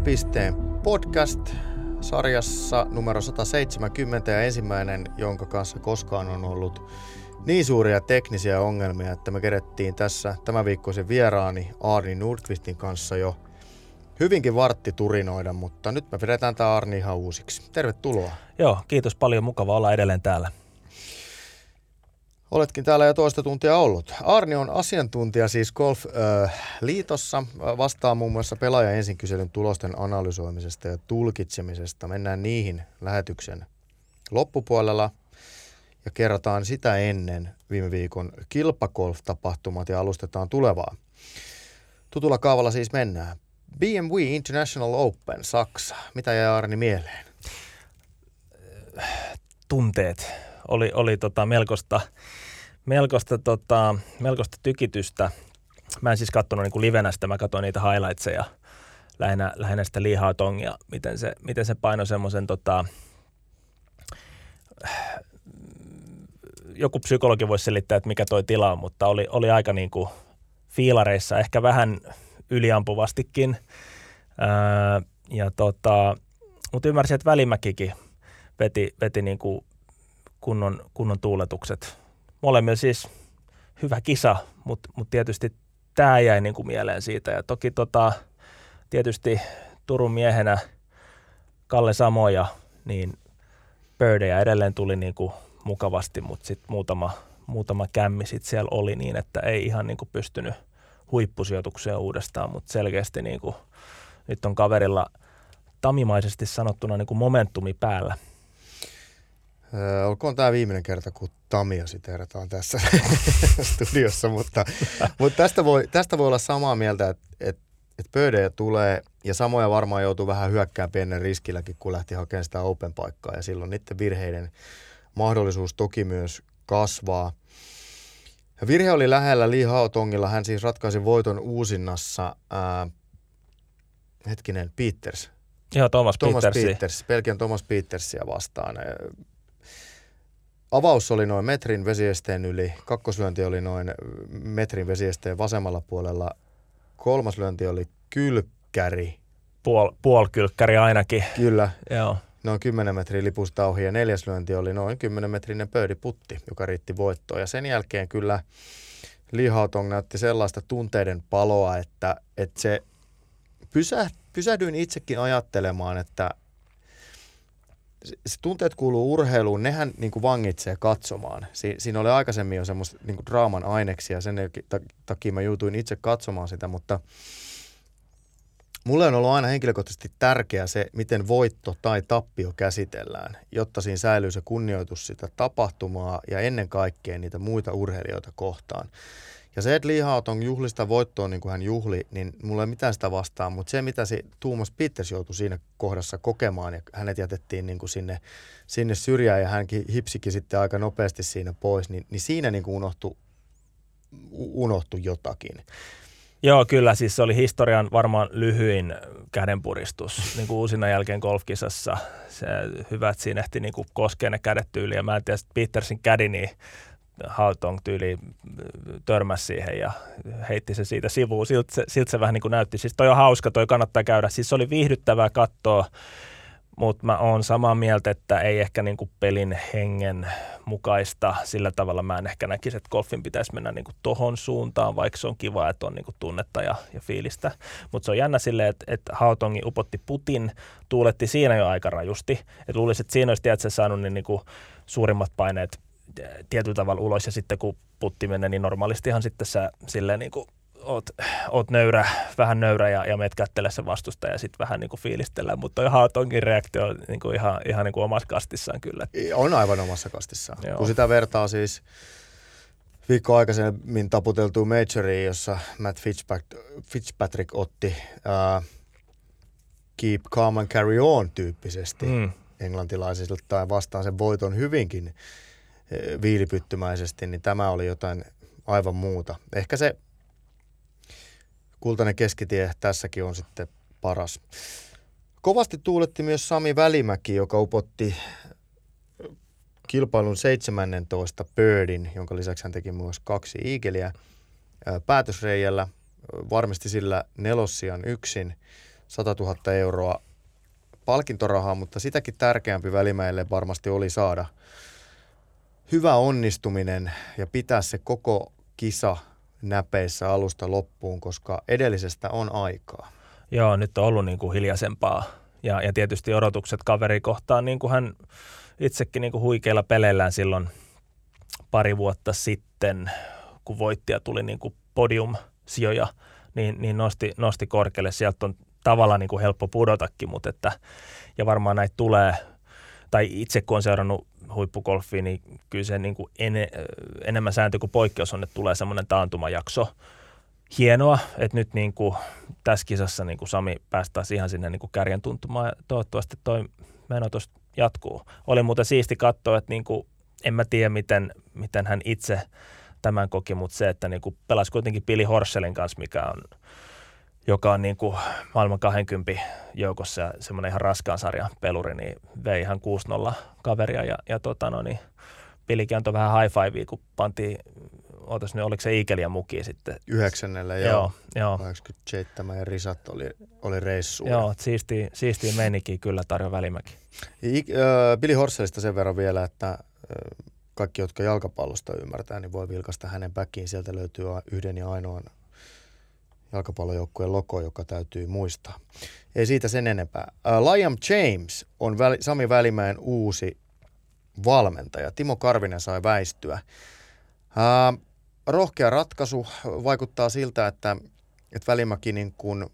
pisteen podcast sarjassa numero 170 ja ensimmäinen, jonka kanssa koskaan on ollut niin suuria teknisiä ongelmia, että me kerettiin tässä tämänviikkoisen vieraani Arni Nordqvistin kanssa jo hyvinkin varttiturinoida, mutta nyt me vedetään tämä Arni ihan uusiksi. Tervetuloa. Joo, kiitos paljon. Mukava olla edelleen täällä. Oletkin täällä jo toista tuntia ollut. Arni on asiantuntija siis Golf-liitossa, vastaa muun muassa pelaajan ensinkyselyn tulosten analysoimisesta ja tulkitsemisesta. Mennään niihin lähetyksen loppupuolella ja kerrotaan sitä ennen viime viikon kilpagolf-tapahtumat ja alustetaan tulevaa. Tutulla kaavalla siis mennään. BMW International Open, Saksa. Mitä jäi Arni mieleen? Tunteet. Oli melkoista tykitystä. Mä en siis katsonut niinku livenä sitä, mä katsoin niitä highlightseja, lähinnä sitä Lee Hao-Tongia, miten se painoi semmoisen joku psykologi voisi selittää, että mikä toi tila on, mutta oli aika niinku fiilareissa, ehkä vähän yliampuvastikin. Mutta ymmärsin, että Välimäkikin veti niinku kunnon tuuletukset. Molemmilla siis hyvä kisa, mutta tietysti tämä jäi niinku mieleen siitä. Ja toki tietysti Turun miehenä Kalle Samoja, niin birdejä edelleen tuli niinku mukavasti, mutta sitten muutama kämmi sit siellä oli niin, että ei ihan niinku pystynyt huippusijoitukseen uudestaan, mutta selkeästi niinku, nyt on kaverilla tamimaisesti sanottuna niinku momentumi päällä. Olkoon tämä viimeinen kerta, kun Tamia siteerataan tässä studiossa, mutta tästä voi olla samaa mieltä, että birdejä tulee ja Samoja varmaan joutuu vähän hyökkään pienen riskilläkin, kun lähti hakemaan sitä open-paikkaa ja silloin niiden virheiden mahdollisuus toki myös kasvaa. Virhe oli lähellä Lee Hao-Tongilla, hän siis ratkaisi voiton uusinnassa, Peters. Joo, Thomas Peters, Belgian Thomas Petersia vastaan. Avaus oli noin metrin vesiesteen yli, kakkoslyönti oli noin metrin vesiesteen vasemmalla puolella, kolmas lyönti oli kylkkäri. Puolkylkkäri ainakin. Kyllä, joo. Noin 10 metriä lipusta ohi ja neljäs lyönti oli noin 10-metrinen pöydiputti, joka riitti voittoon. Ja sen jälkeen kyllä Lee Hao-Tong näytti sellaista tunteiden paloa, että se pysähdyin itsekin ajattelemaan, että se tunteet kuuluu urheiluun, nehän niin kuin vangitsee katsomaan. Siinä oli aikaisemmin jo semmoista niin kuin draaman aineksia, sen takia mä joutuin itse katsomaan sitä, mutta mulle on ollut aina henkilökohtaisesti tärkeää se, miten voitto tai tappio käsitellään, jotta siinä säilyy se kunnioitus sitä tapahtumaa ja ennen kaikkea niitä muita urheilijoita kohtaan. Ja se, että Lee Hao-Tong juhlista voittoon niin kuin hän juhli, niin mulla ei mitään sitä vastaan, mutta se, mitä se Thomas Peters joutui siinä kohdassa kokemaan, ja hänet jätettiin niin kuin sinne syrjään, ja hänkin hipsikin sitten aika nopeasti siinä pois, niin siinä niin kuin unohtui jotakin. Joo, kyllä. Siis se oli historian varmaan lyhyin kädenpuristus niin kuin uusinnan jälkeen golfkisassa. Se hyvä, että siinä ehti niin kuin koskea ne kädet tyyliin, ja mä en tiedä, että Petersin kädi, niin Hao-Tong tyyli törmäsi siihen ja heitti se siitä sivuun. Siltä se vähän niin kuin näytti. Siis toi on hauska, toi kannattaa käydä. Siis se oli viihdyttävää katsoa, mutta mä oon samaa mieltä, että ei ehkä niin kuin pelin hengen mukaista. Sillä tavalla mä en ehkä näkisi, että golfin pitäisi mennä niin kuin tohon suuntaan, vaikka se on kiva, että on niin kuin tunnetta ja fiilistä. Mutta se on jännä silleen, että Hao-Tongi upotti putin, tuuletti siinä jo aika rajusti. Et luulisin, että siinä olisi tietysti saanut niin kuin suurimmat paineet tietyllä tavalla ulos, ja sitten kun putti menee, niin normaalistihan sitten sä silleen niin kuin oot vähän nöyrä ja meet kättele se vastusta ja sitten vähän niin kuin fiilistellään, mutta toi Hao-Tongin reaktio on niin kuin ihan niin kuin omassa kastissaan kyllä. On aivan omassa kastissaan. Joo. Kun sitä vertaa siis viikko aikaisemmin taputeltuun majoriin, jossa Matt Fitzpatrick otti keep calm and carry on tyyppisesti englantilaisilta vastaan sen voiton hyvinkin viilipyttymäisesti, niin tämä oli jotain aivan muuta. Ehkä se kultainen keskitie tässäkin on sitten paras. Kovasti tuuletti myös Sami Välimäki, joka upotti kilpailun 17 birdin, jonka lisäksi hän teki myös 2 eagleä päätösreijällä. Varmisti sillä nelossijan yksin. 100 000 euroa palkintorahaa, mutta sitäkin tärkeämpi Välimäelle varmasti oli saada hyvä onnistuminen ja pitää se koko kisa näpeissä alusta loppuun, koska edellisestä on aikaa. Joo, nyt on ollut niin kuin hiljaisempaa ja tietysti odotukset kaveri kohtaan, niin kuin hän itsekin niin kuin huikeilla peleillään silloin pari vuotta sitten, kun voittaja tuli niin kuin podium-sijoja, niin nosti korkealle. Sieltä on tavallaan niin kuin helppo pudotakin, mutta ja varmaan näitä tulee, tai itse kun on seurannut huippugolfia, niin kyllä se niin kuin enemmän sääntö kuin poikkeus on, että tulee semmoinen taantumajakso. Hienoa, että nyt niin kuin tässä kisassa niin kuin Sami päästäisiin ihan sinne niin kuin kärjen tuntumaan ja toivottavasti toi meno tuosta jatkuu. Oli muuten siisti katsoa, että niin kuin, en mä tiedä miten hän itse tämän koki, mutta se, että niin kuin pelasi kuitenkin Billy Horschelin kanssa, joka on niin kuin maailman 20 joukossa ja semmoinen ihan raskaan sarjan peluri, niin vei ihan 6-0 kaveria ja niin Billykin antoi vähän high fivea, kun pantiin, oliko se Eagle ja Muki sitten? 9. joo. 87 ja risat oli reissuun. Joo, siistiä meininkiä kyllä Tarjo Välimäki. Billy Horschelista sen verran vielä, että kaikki, jotka jalkapallosta ymmärtää, niin voi vilkaista hänen backiin. Sieltä löytyy yhden ja ainoan jalkapallojoukkueen logo, joka täytyy muistaa. Ei siitä sen enempää. Liam James on Sami Välimäen uusi valmentaja. Timo Karvinen sai väistyä. Rohkea ratkaisu. Vaikuttaa siltä, että Välimäki niin kuin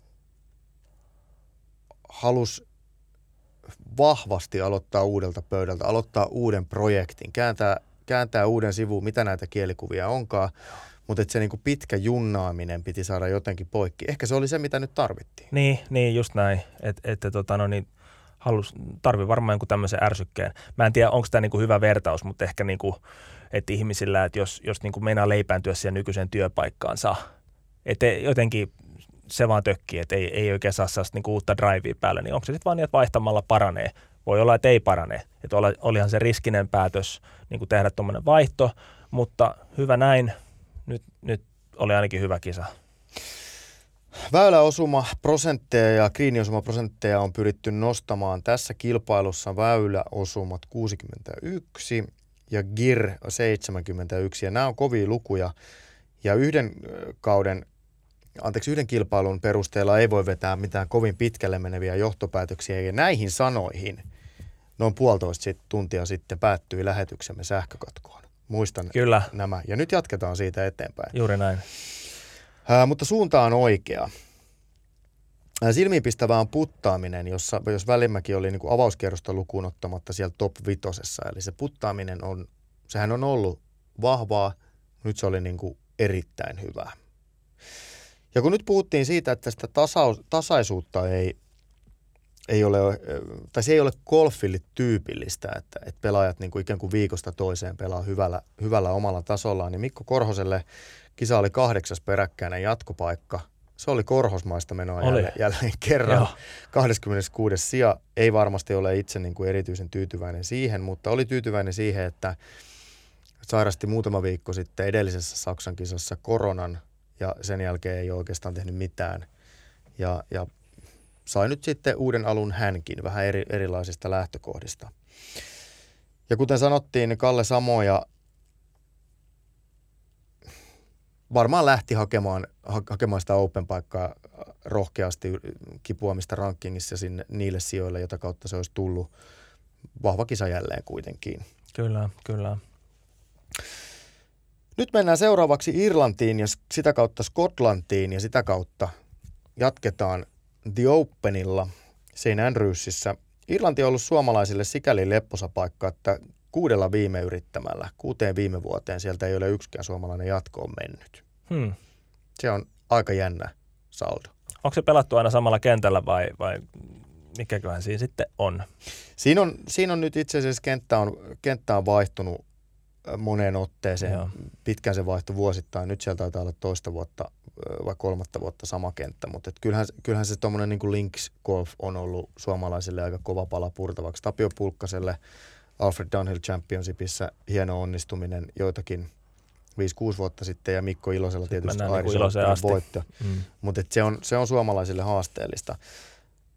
halusi vahvasti aloittaa uudelta pöydältä, aloittaa uuden projektin, kääntää uuden sivuun, mitä näitä kielikuvia onkaan, mutta se niinku pitkä junnaaminen piti saada jotenkin poikki. Ehkä se oli se, mitä nyt tarvittiin. Niin just näin, että tarvii varmaan jonkun tämmöisen ärsykkeen. Mä en tiedä, onko tämä niinku hyvä vertaus, mutta ehkä niinku, että ihmisillä, että jos niinku meinaa leipääntyä siihen nykyiseen työpaikkaansa, että jotenkin se vaan tökkii, että ei oikein saa sellaista niinku uutta drivea päälle, niin onko se sitten vaan niin, että vaihtamalla paranee? Voi olla, että ei parane. Että olihan se riskinen päätös niinku tehdä tuommoinen vaihto, mutta hyvä näin. Nyt oli ainakin hyvä kisa. Väyläosumaprosentteja ja greeniosumaprosentteja on pyritty nostamaan tässä kilpailussa. Väyläosumat 61 ja GIR 71. Ja nämä on kovia lukuja. Ja yhden kilpailun perusteella ei voi vetää mitään kovin pitkälle meneviä johtopäätöksiä. Ja näihin sanoihin noin 1,5 tuntia sitten päättyi lähetyksemme sähkökatkoon. Muistan Kyllä. Nämä. Ja nyt jatketaan siitä eteenpäin. Juuri näin. Mutta suunta on oikea. Silmiinpistävää on puttaaminen, jos Välimäki oli niin kuin avauskierrosta lukuun ottamatta siellä top 5. Eli se puttaaminen sehän on ollut vahvaa, nyt se oli niin kuin erittäin hyvää. Ja kun nyt puhuttiin siitä, että sitä tasaisuutta ei ole, tai se ei ole golfille tyypillistä, että pelaajat niin kuin ikään kuin viikosta toiseen pelaa hyvällä omalla tasollaan, niin Mikko Korhoselle kisa oli 8. peräkkäinen jatkopaikka. Se oli korhosmaista menoa jälleen kerran. Joo. 26. sija ei varmasti ole itse niin kuin erityisen tyytyväinen siihen, mutta oli tyytyväinen siihen, että sairasti muutama viikko sitten edellisessä Saksan kisassa koronan ja sen jälkeen ei ole oikeastaan tehnyt mitään. Ja sai nyt sitten uuden alun hänkin vähän erilaisista lähtökohdista. Ja kuten sanottiin, niin Kalle Samoja varmaan lähti hakemaan sitä open-paikkaa rohkeasti kipuamista rankingissa niille sijoille, jota kautta se olisi tullut. Vahva kisa jälleen kuitenkin. Kyllä. Nyt mennään seuraavaksi Irlantiin ja sitä kautta Skotlantiin ja sitä kautta jatketaan The Openilla St. Andrewsissa. Irlanti on ollut suomalaisille sikäli lepposa paikka, että 6 viime yrittämällä, 6 viime vuoteen sieltä ei ole yksikään suomalainen jatkoon mennyt. Se on aika jännä saldo. Onko se pelattu aina samalla kentällä vai mikäköhän siinä sitten on? Siinä on nyt itse asiassa kenttä on vaihtunut moneen otteeseen. Joo. Pitkään se vaihtui vuosittain. Nyt sieltä taitaa olla 2 vuotta vai 3 vuotta sama kenttä, mutta kyllähän se tuommoinen niin kuin Links Golf on ollut suomalaisille aika kova pala purtavaksi. Tapio Pulkkaselle Alfred Dunhill Championshipissa hieno onnistuminen joitakin 5-6 vuotta sitten ja Mikko Ilosella tietysti Ilosen voitto, mutta se on suomalaisille haasteellista.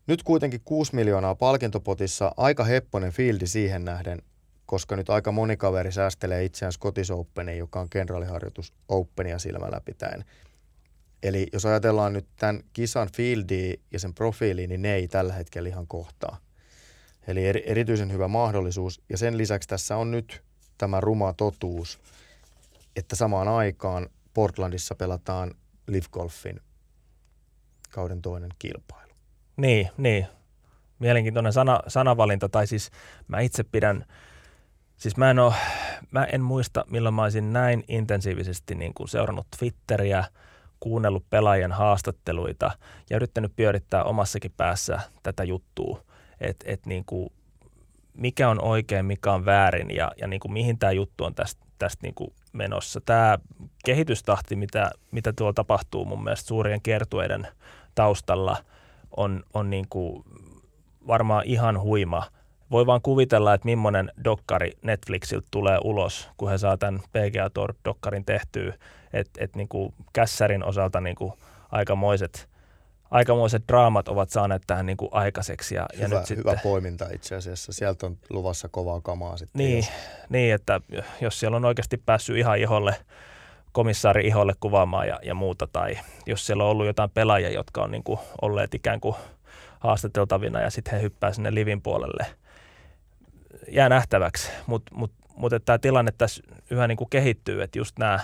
Nyt kuitenkin 6 miljoonaa palkintopotissa, aika hepponen fieldi siihen nähden, koska nyt aika moni kaveri säästelee itseään Scottish Openiin, joka on kenraaliharjoitus Openia silmällä pitäen. Eli jos ajatellaan nyt tämän kisan fieldiä ja sen profiiliin, niin ne ei tällä hetkellä ihan kohtaa. Eli erityisen hyvä mahdollisuus. Ja sen lisäksi tässä on nyt tämä ruma totuus, että samaan aikaan Portlandissa pelataan Live Golfin kauden toinen kilpailu. Niin. Mielenkiintoinen sanavalinta, tai siis mä itse pidän, siis mä en muista milloin mä olisin näin intensiivisesti niin kuin seurannut Twitteriä, kuunnellut pelaajien haastatteluita ja yrittänyt pyörittää omassakin päässä tätä juttua, että niin kuin mikä on oikein, mikä on väärin ja niin kuin mihin tämä juttu on tästä niin kuin menossa. Tämä kehitystahti, mitä tuolla tapahtuu mun mielestä suurien kiertueiden taustalla, on niin kuin varmaan ihan huima. Voi vaan kuvitella, että millainen dokkari Netflixiltä tulee ulos, kun he saa tämän PGA Tour-dokkarin tehtyä, että niin kuin kässärin osalta niin kuin aikamoiset draamat ovat saaneet tähän niin kuin aikaiseksi. Hyvä poiminta itse asiassa. Sieltä on luvassa kovaa kamaa sitten. Niin, että jos siellä on oikeasti päässyt ihan komissaari iholle kuvaamaan ja muuta, tai jos siellä on ollut jotain pelaajia, jotka on niin kuin olleet ikään kuin haastateltavina ja sitten he hyppää sinne livin puolelle. Jää nähtäväksi, mutta tämä tilanne tässä yhä niin kuin kehittyy, että just nämä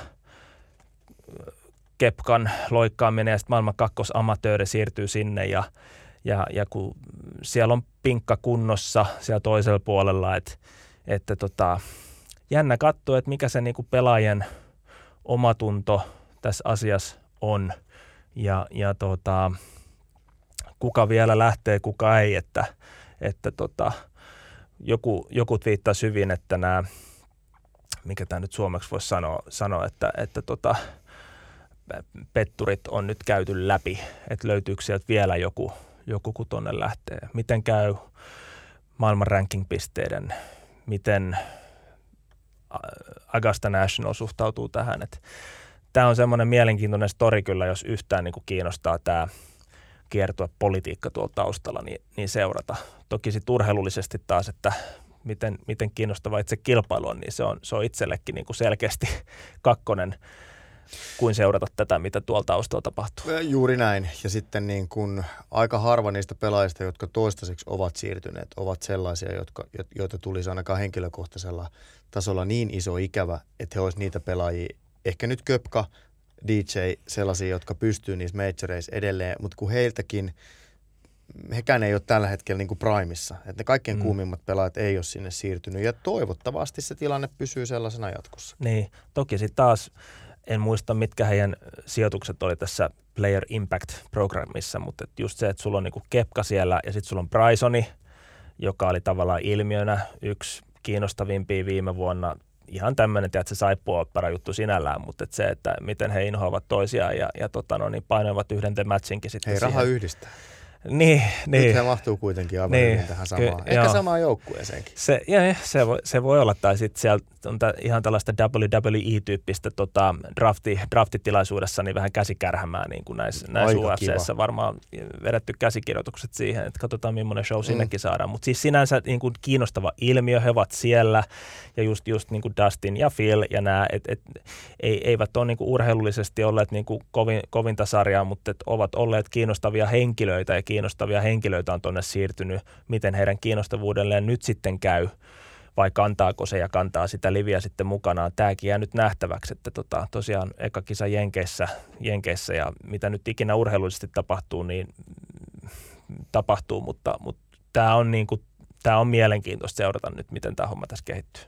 Kepkan loikkaaminen ja sitten maailman kakkosamatööri siirtyy sinne ja kun siellä on pinkka kunnossa siellä toisella puolella, että jännä katsoa, että mikä se niinku pelaajien omatunto tässä asiassa on ja kuka vielä lähtee, kuka ei, että joku twiittasi hyvin, että nämä, mikä tämä nyt suomeksi voisi sanoa että petturit on nyt käyty läpi, että löytyykö sieltä vielä joku kun tuonne lähtee. Miten käy maailman ranking-pisteiden, miten Augusta National suhtautuu tähän. Tämä on semmoinen mielenkiintoinen story kyllä, jos yhtään niin kuin kiinnostaa tämä kiertuepolitiikka tuolla taustalla, niin seurata. Toki sitten urheilullisesti taas, että miten kiinnostava itse kilpailu on, niin se on itsellekin niin kuin selkeästi kakkonen kuin seurata tätä, mitä tuolla taustalla tapahtuu. Juuri näin. Ja sitten niin kun aika harva niistä pelaajista, jotka toistaiseksi ovat siirtyneet, ovat sellaisia, joita tulisi ainakaan henkilökohtaisella tasolla niin iso ikävä, että he olisivat niitä pelaajia. Ehkä nyt Köpka, DJ, sellaisia, jotka pystyy niissä majoreissa edelleen, mutta kun heiltäkin, hekään ei ole tällä hetkellä niin kuin primissa. Että ne kaikkein kuumimmat pelaajat ei ole sinne siirtynyt ja toivottavasti se tilanne pysyy sellaisena jatkossa. Niin, toki sitten taas en muista, mitkä heidän sijoitukset oli tässä Player Impact-programmissa, mutta just se, että sulla on niinku Kepka siellä ja sitten sulla on Brysoni, joka oli tavallaan ilmiönä yksi kiinnostavimpia viime vuonna. Ihan tämmöinen, että se saippuaoppera juttu sinällään, mutta se, että miten he inhoavat toisiaan ja niin painoivat yhden the matchinkin sitten. Hei, raha yhdistää. Niin. Nyt he mahtuu kuitenkin aivan hyvin tähän samaan. Ehkä samaan joukkueeseenkin. Se voi olla, tai sitten siellä on ihan tällaista WWE-tyyppistä draftitilaisuudessa niin vähän käsikärhämää, niin kuin näissä UFC:ssä varmaan vedetty käsikirjoitukset siihen, että katsotaan millainen show sinnekin saadaan. Mutta siis sinänsä niin kuin kiinnostava ilmiö, he ovat siellä, ja just niin kuin Dustin ja Phil ja nämä, eivät ole niin kuin urheilullisesti olleet niin kuin kovinta sarjaa, mutta ovat olleet kiinnostavia henkilöitä, ja kiinnostavia henkilöitä on tuonne siirtynyt, miten heidän kiinnostavuudelleen nyt sitten käy, vai kantaako se ja kantaa sitä liviä sitten mukanaan. Tämäkin jää nyt nähtäväksi, että tosiaan eka kisa Jenkeissä ja mitä nyt ikinä urheilullisesti tapahtuu, niin tapahtuu, mutta tämä on mielenkiintoista seurata nyt, miten tämä homma tässä kehittyy.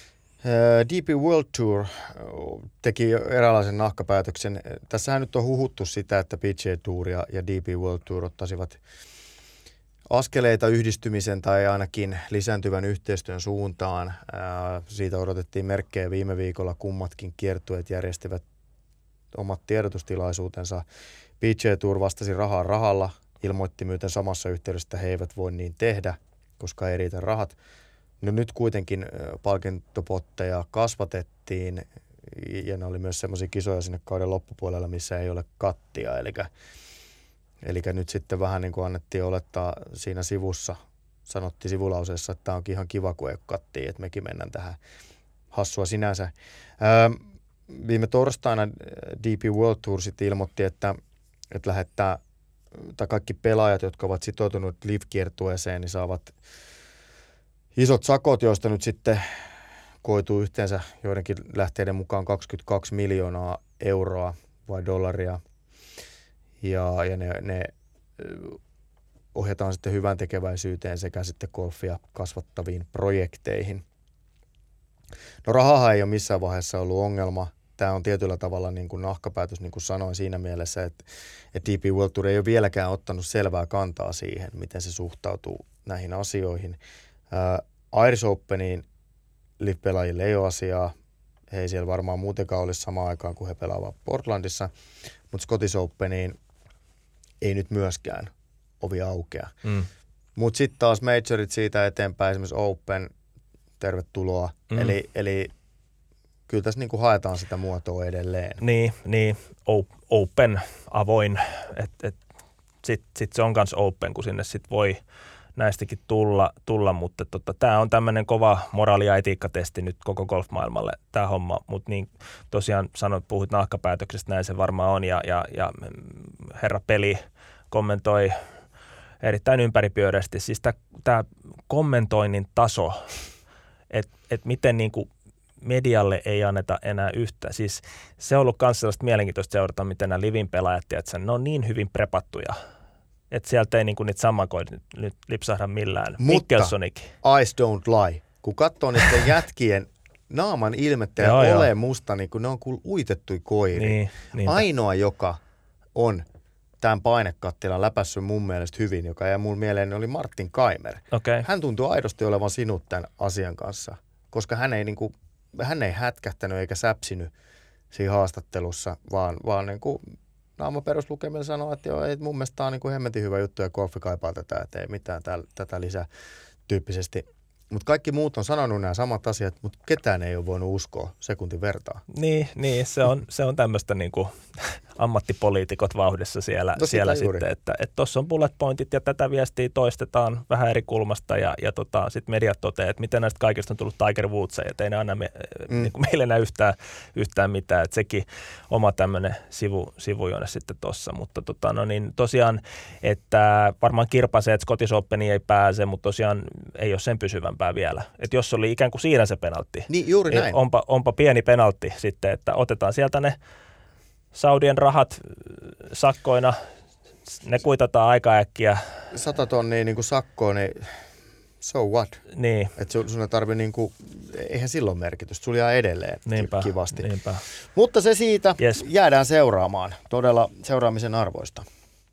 DP World Tour teki eräänlaisen nahkapäätöksen. Tässähän nyt on huhuttu sitä, että PGA Tour ja DP World Tour ottaisivat askeleita yhdistymisen tai ainakin lisääntyvän yhteistyön suuntaan. Siitä odotettiin merkkejä viime viikolla. Kummatkin kiertueet järjestivät omat tiedotustilaisuutensa. PGA Tour vastasi rahaa rahalla. Ilmoitti myöten samassa yhteydessä, että he eivät voi niin tehdä, koska ei riitä rahat. No nyt kuitenkin palkintopotteja kasvatettiin ja ne oli myös semmoisia kisoja sinne kauden loppupuolella, missä ei ole kattia. Eli Eli nyt sitten vähän niin kuin annettiin olettaa siinä sivussa, sanottiin sivulauseessa, että tämä onkin ihan kiva, kun ei kattiin, että mekin mennään tähän. Hassua sinänsä. Viime torstaina DP World Tour sitten ilmoitti, että lähettää, tai kaikki pelaajat, jotka ovat sitoutuneet LIV-kiertueeseen, niin saavat isot sakot, joista nyt sitten koituu yhteensä joidenkin lähteiden mukaan 22 miljoonaa euroa vai dollaria. Ja ne ohjataan sitten hyvän tekeväisyyteen sekä sitten golfia kasvattaviin projekteihin. No rahahan ei ole missään vaiheessa ollut ongelma. Tämä on tietyllä tavalla niin kuin nahkapäätös, niin kuin sanoin siinä mielessä, että DP World Tour ei ole vieläkään ottanut selvää kantaa siihen, miten se suhtautuu näihin asioihin. Irish Openiin LIV-pelaajille ei ole asiaa. He ei siellä varmaan muutenkaan olisi samaan aikaan, kun he pelaavat Portlandissa, mutta Scottish Openiin ei nyt myöskään ovi aukea. Mutta sitten taas majorit siitä eteenpäin, esimerkiksi Open, tervetuloa. Eli kyllä tässä niinku haetaan sitä muotoa edelleen. Niin. Open, avoin. Sitten se on myös open, kun sinne sit voi näistäkin tulla, mutta tämä on tämmöinen kova moraali- ja etiikkatesti nyt koko golfmaailmalle tämä homma, mutta niin tosiaan puhuit nahkapäätöksestä, näin se varmaan on, ja herra Peli kommentoi erittäin ympäripyöreästi, siis tämä kommentoinnin taso, että miten niinku medialle ei anneta enää yhtä. Siis se on ollut myös sellaista mielenkiintoista seurata, miten nämä livin pelaajat, että ne on niin hyvin prepattuja, että sieltä ei niinku niitä sammakoita nyt lipsahda millään. Mutta eyes don't lie. Kun katsoo niiden jätkien naaman ilmettä ja olemusta, niin kun ne on kuin uitettuja koiria. Niin, ainoa, joka on tämän painekattilan läpässyt mun mielestä hyvin, joka jäi mun mieleen, oli Martin Kaymer. Okay. Hän tuntuu aidosti olevan sinut tämän asian kanssa, koska hän ei hätkähtänyt eikä säpsinyt siinä haastattelussa, vaan niin kuin naamaperuslukeminen sanoi, että joo, ei, mun mielestä tämä on niin kuin hemmetin hyvä juttu ja golfi kaipaa tätä, että ei mitään tätä lisää tyyppisesti. Mutta kaikki muut on sanonut nämä samat asiat, mutta ketään ei ole voinut uskoa sekuntin vertaa. Niin se on tämmöistä niinku ammattipoliitikot vauhdissa siellä sitten, että tuossa on bullet pointit ja tätä viestiä toistetaan vähän eri kulmasta ja sitten mediat toteaa, että miten näistä kaikista on tullut Tiger Woods, että ei ne anna niinku meille enää yhtään mitään, että sekin oma tämmöinen sivujuone sitten tuossa, mutta tosiaan, että varmaan kirpaisee, että Scottish Openiin ei pääse, mutta tosiaan ei ole sen pysyvämpää vielä, että jos oli ikään kuin siinä se penaltti, niin juuri näin. Onpa pieni penaltti sitten, että otetaan sieltä ne Saudien rahat sakkoina, ne kuitataan aika äkkiä. 100 tonnia niin kuin sakkoa, niin so what? Niin. Että sun ei tarvitse, niin kuin, eihän silloin merkitystä, sulla jää edelleen kivasti. Niinpä. Mutta se siitä, jäädään seuraamaan, todella seuraamisen arvoista.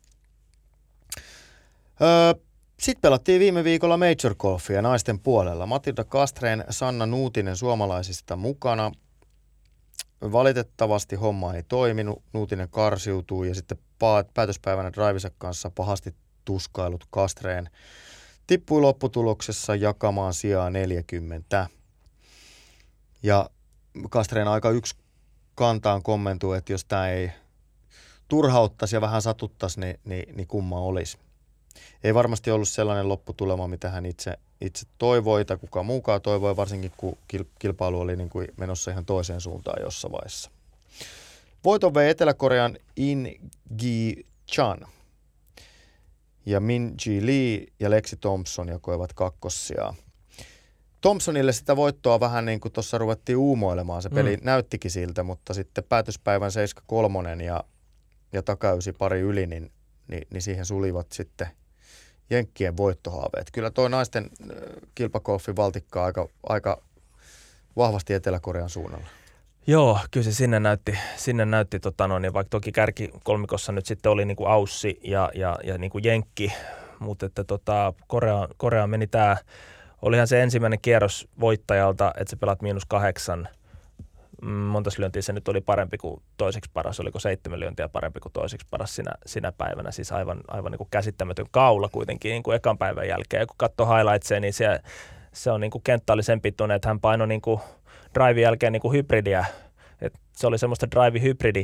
Sitten pelattiin viime viikolla Major Golfia naisten puolella. Matilda Castrén, Sanna Nuutinen suomalaisista mukana. Valitettavasti homma ei toiminut, Nuutinen karsiutui ja sitten päätöspäivänä drivisa kanssa pahasti tuskailut Castrén tippui lopputuloksessa jakamaan sijaa 40. Ja Castrén aika yksi kantaan kommentui, että jos tämä ei turhauttaisi ja vähän satuttaisi, niin kumma olisi. Ei varmasti ollut sellainen lopputulema, mitä hän itse toivoi tai kukaan muukaan toivoi, varsinkin kun kilpailu oli niin kuin menossa ihan toiseen suuntaan jossain vaiheessa. Voiton vei Etelä-Korean In Gi Chan ja Min Ji Lee ja Lexi Thompson jakoivat kakkossijaa. Thompsonille sitä voittoa vähän niin kuin tuossa ruvettiin uumoilemaan, se peli näyttikin siltä, mutta sitten päätöspäivän 7-3 ja takaysi pari yli, niin siihen sulivat sitten jenkkien voittohaaveet. Kyllä tuo naisten kilpagolfin valtikkaa aika vahvasti Etelä-Korean suunnalla. Joo, kyllä se sinne näytti niin vaikka toki kärkikolmikossa nyt sitten oli niinku Aussi ja niinku jenkki, mutta että Korea meni tää, olihan se ensimmäinen kierros voittajalta, että se pelat -8. Montas lyöntiä se nyt oli parempi kuin toiseksi paras, oliko 7 lyöntiä parempi kuin toiseksi paras sinä päivänä, siis aivan niin kuin käsittämätön kaula kuitenkin niin kuin ekan päivän jälkeen, ja kun katsoo highlightsia, niin se on niin kuin kenttä oli sen pituinen, että hän painoi niin kuin drive jälkeen niin kuin hybridiä, että se oli semmoista drive-hybridi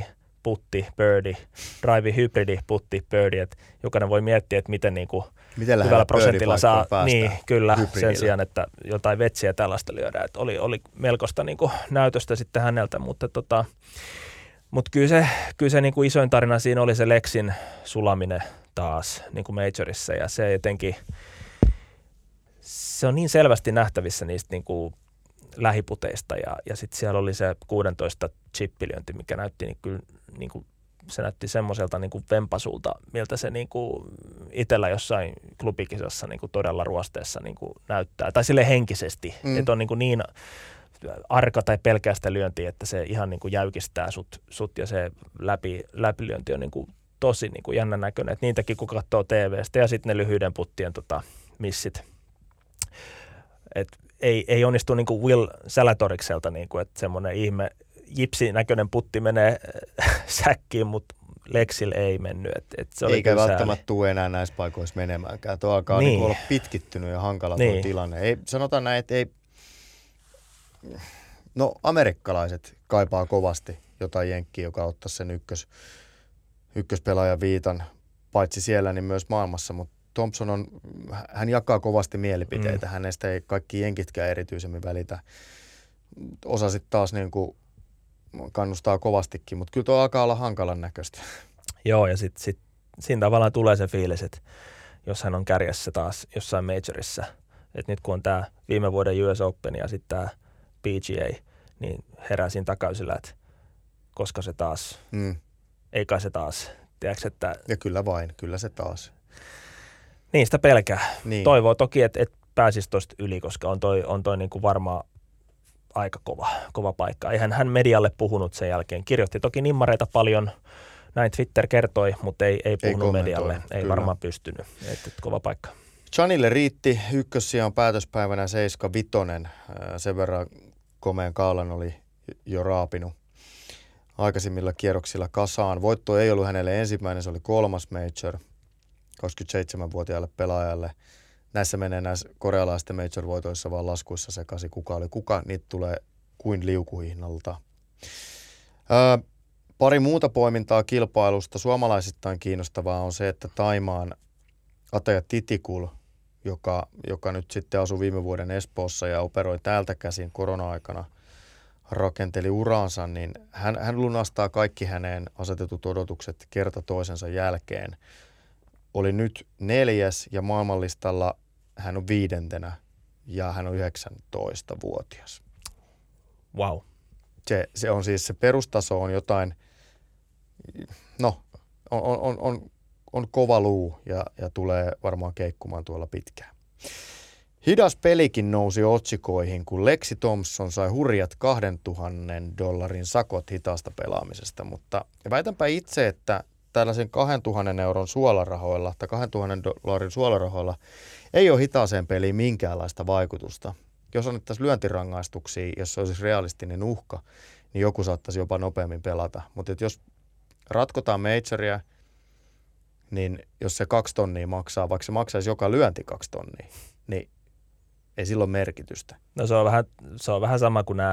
putti, birdie, drive, hybridi, putti, birdie, että jokainen voi miettiä, että miten niinku hyvällä prosentilla saa, niin kyllä, sen sijaan, että jotain vetsiä tällaista lyödään, että oli melkoista niinku näytöstä sitten häneltä, mutta kyllä se niinku isoin tarina siinä oli se Lexin sulaminen taas niinku majorissa, ja se jotenkin, se on niin selvästi nähtävissä niistä niinku lähiputeista, ja sitten siellä oli se 16 chippiliönti, mikä näytti niin kyllä, niinku, se näytti semmoiselta niinku vempasulta, miltä se niinku itsellä jossain klubikisassa niinku todella ruosteessa niinku näyttää, tai sille henkisesti, että on niinku niin arka tai pelkästä lyöntiä, että se ihan niinku jäykistää sut ja se läpilyönti on niinku tosi niinku jännän näköinen, että niitäkin kun katsoo TV:stä, ja sitten ne lyhyiden puttien missit. Et ei onnistu niinku Will Salatorikselta, niinku, että semmoinen ihme jipsinäköinen putti menee säkkiin, mutta Lexille ei mennyt. Se oli eikä välttämättä tule enää näissä paikoissa menemäänkään. Tuo alkaa niin olla pitkittynyt ja hankala tuo tilanne. Ei, sanotaan näin, että ei. No amerikkalaiset kaipaa kovasti jotain jenkkiä, joka ottaisi sen ykköspelaajan viitan, paitsi siellä, niin myös maailmassa, mutta Thompson hän jakaa kovasti mielipiteitä, hänestä ei kaikki jenkitkään erityisemmin välitä. Osa sitten taas niin kuin kannustaa kovastikin, mutta kyllä tuo alkaa olla hankalan näköistä. Joo, ja sitten siinä tavallaan tulee se fiilis, että jos hän on kärjessä taas jossain majorissa, että nyt kun on tämä viime vuoden US Open ja sitten tämä PGA, niin herää siinä takaisilla, että koska se taas, ei kai se taas, tiedätkö, että. Ja kyllä se taas. Niin, sitä pelkää. Niin. Toivoo toki, että pääsisi tuosta yli, koska on toi niin kuin varmaan aika kova paikka. Eihän hän medialle puhunut sen jälkeen. Kirjoitti toki nimmareita paljon, näin Twitter kertoi, mutta ei puhunut medialle. Ei varmaan pystynyt. Että kova paikka. Giannille riitti ykkössijaan päätöspäivänä 7-5. Sen verran komeen kaulan oli jo raapinut aikaisemmilla kierroksilla kasaan. Voitto ei ollut hänelle ensimmäinen, se oli 3. major 27-vuotiaalle pelaajalle. Näissä menee näissä korealaisten major-voitoissa vaan laskuissa sekaisin, kuka oli kuka. Niitä tulee kuin liukuhihnalta. Pari muuta poimintaa kilpailusta. Suomalaisittain kiinnostavaa on se, että Thaimaan Ataja Titikul, joka nyt sitten asui viime vuoden Espoossa ja operoi täältä käsin korona-aikana, rakenteli uraansa, niin hän lunastaa kaikki häneen asetetut odotukset kerta toisensa jälkeen. Oli nyt 4. ja maailmanlistalla hän on 5. ja hän on 19-vuotias. Wow. Se on siis, se perustaso on jotain, no on kova luu ja tulee varmaan keikkumaan tuolla pitkään. Hidas pelikin nousi otsikoihin, kun Lexi Thompson sai hurjat $2,000 sakot hitaasta pelaamisesta, mutta väitänpä itse, että tällaisen 2,000 euron suolarahoilla tai $2,000 suolarahoilla ei ole hitaaseen peliin minkäänlaista vaikutusta. Jos annettaisiin lyöntirangaistuksia, jos se olisi realistinen uhka, niin joku saattaisi jopa nopeammin pelata. Mutta jos ratkotaan majoria, niin jos se 2 tonnia maksaa, vaikka se maksaisi joka lyönti 2 tonnia, niin ei sillä ole merkitystä. No se on vähän sama kuin nämä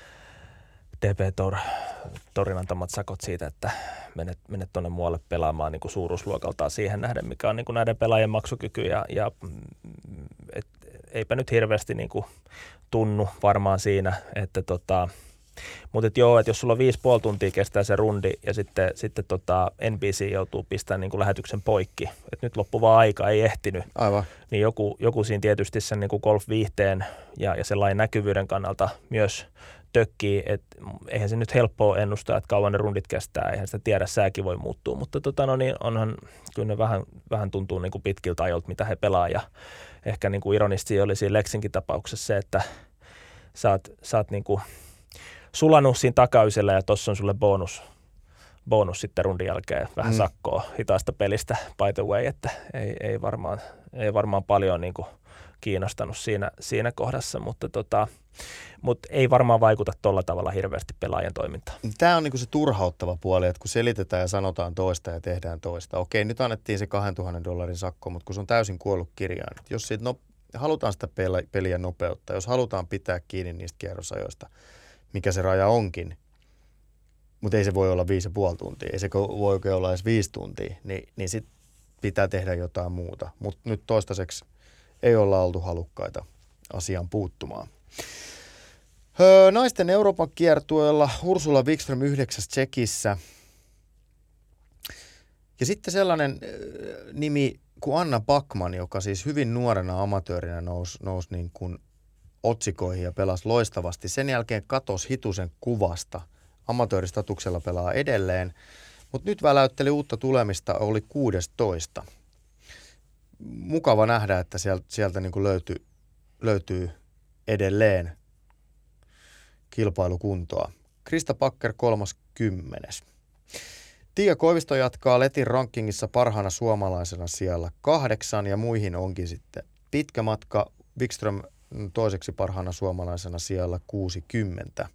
DP-torin antamat sakot siitä, että menet tuonne muualle pelaamaan niin kuin suuruusluokaltaan siihen nähden, mikä on niin kuin näiden pelaajien maksukyky. Ja eipä nyt hirveästi niin kuin tunnu varmaan siinä, että mutta joo, että jos sulla on 5,5 tuntia kestää se rundi ja sitten NBC joutuu pistämään niin kuin lähetyksen poikki, että nyt loppuvaa aika ei ehtinyt, aivan, niin joku siinä tietysti sen niin kuin golf-viihteen ja sellainen näkyvyyden kannalta myös tökkii, että eihän se nyt helppoa ennustaa, että kauan ne rundit kestää, eihän sitä tiedä, sääkin voi muuttua, mutta niin onhan kyllä ne vähän tuntuu niin kuin pitkiltä ajolta, mitä he pelaa, ja ehkä niin kuin ironisti oli siinä Lexinkin tapauksessa se, että sä oot niin kuin sulanut siinä takaysellä ja tossa on sulle bonus sitten rundin jälkeen, vähän sakkoa hitaasta pelistä by the way, että ei varmaan paljon niin kuin kiinnostanut siinä kohdassa, mutta ei varmaan vaikuta tuolla tavalla hirveästi pelaajan toimintaan. Tämä on niinku se turhauttava puoli, että kun selitetään ja sanotaan toista ja tehdään toista. Okei, nyt annettiin se $2,000 sakko, mutta kun se on täysin kuollut kirjaan. Jos siitä halutaan sitä peliä nopeutta, jos halutaan pitää kiinni niistä kierrosajoista, mikä se raja onkin, mutta ei se voi olla 5,5 tuntia, ei se voi oikein olla edes 5 tuntia, niin sitten pitää tehdä jotain muuta. Mutta nyt toistaiseksi ei olla oltu halukkaita asiaan puuttumaan. Naisten Euroopan kiertueella Ursula Wikström 9. Tsekissä. Ja sitten sellainen nimi kuin Anna Backman, joka siis hyvin nuorena amatöörinä nousi niin kuin otsikoihin ja pelasi loistavasti. Sen jälkeen katosi hitusen kuvasta. Amatööristatuksella pelaa edelleen, mutta nyt väläytteli uutta tulemista, oli 16. Mukava nähdä, että sieltä niin kuin löytyy edelleen kilpailukuntoa. Krista Packer 30. Tiia Koivisto jatkaa Letin rankingissa parhaana suomalaisena siellä 8 ja muihin onkin sitten pitkä matka. Wikström toiseksi parhaana suomalaisena siellä 60.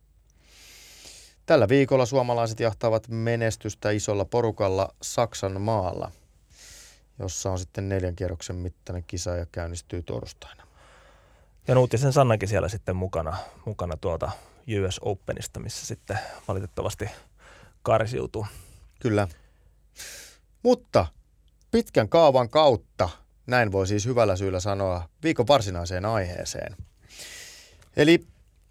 Tällä viikolla suomalaiset jahtaavat menestystä isolla porukalla Saksan maalla, jossa on sitten 4 kierroksen mittainen kisa ja käynnistyy torstaina. Ja Nuutisen Sannakin siellä sitten mukana tuolta US Openista, missä sitten valitettavasti karsiutuu. Kyllä. Mutta pitkän kaavan kautta, näin voi siis hyvällä syyllä sanoa, viikon varsinaiseen aiheeseen. Eli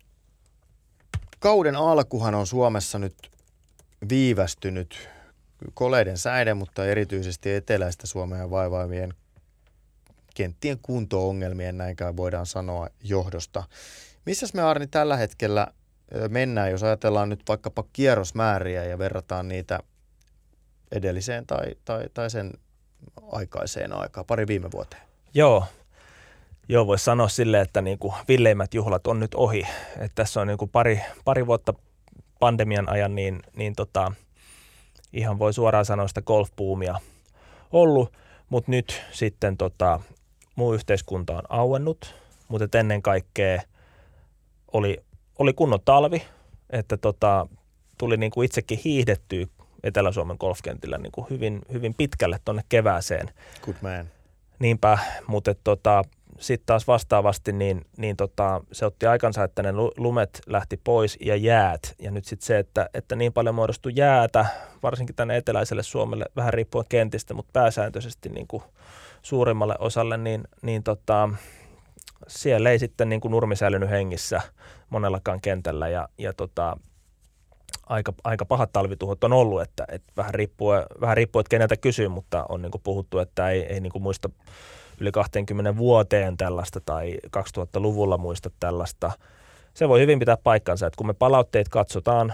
kauden alkuhan on Suomessa nyt viivästynyt koleiden säiden, mutta erityisesti eteläistä Suomea vaivaavien kenttien kunto-ongelmien, näinkään voidaan sanoa, johdosta. Missäs me, Arni, tällä hetkellä mennään, jos ajatellaan nyt vaikkapa kierrosmääriä ja verrataan niitä edelliseen tai sen aikaiseen aikaan, pari viime vuoteen? Joo, voisi sanoa silleen, että niinku villeimmät juhlat on nyt ohi. Et tässä on niinku pari vuotta pandemian ajan, niin ihan voi suoraan sanoa sitä golfbuumia ollut, mutta nyt sitten muu yhteiskunta on auennut, mutta ennen kaikkea oli kunnon talvi, että tuli niinku itsekin hiihdettyä Etelä-Suomen golfkentillä niinku hyvin pitkälle tuonne kevääseen. Good man. Niinpä, mutta sitten taas vastaavasti se otti aikansa, että ne lumet lähti pois ja jäät. Ja nyt sitten se, että niin paljon muodostui jäätä, varsinkin tänne eteläiselle Suomelle, vähän riippuen kentistä, mutta pääsääntöisesti niin kuin suurimmalle osalle, siellä ei sitten niin kuin nurmi säilynyt hengissä monellakaan kentällä. Ja aika pahat talvituhot on ollut, että vähän riippuu, että keneltä kysyy, mutta on niin kuin puhuttu, että ei niin kuin muista yli 20 vuoteen tällaista tai 2000-luvulla muista tällaista. Se voi hyvin pitää paikkansa, että kun me palautteet katsotaan,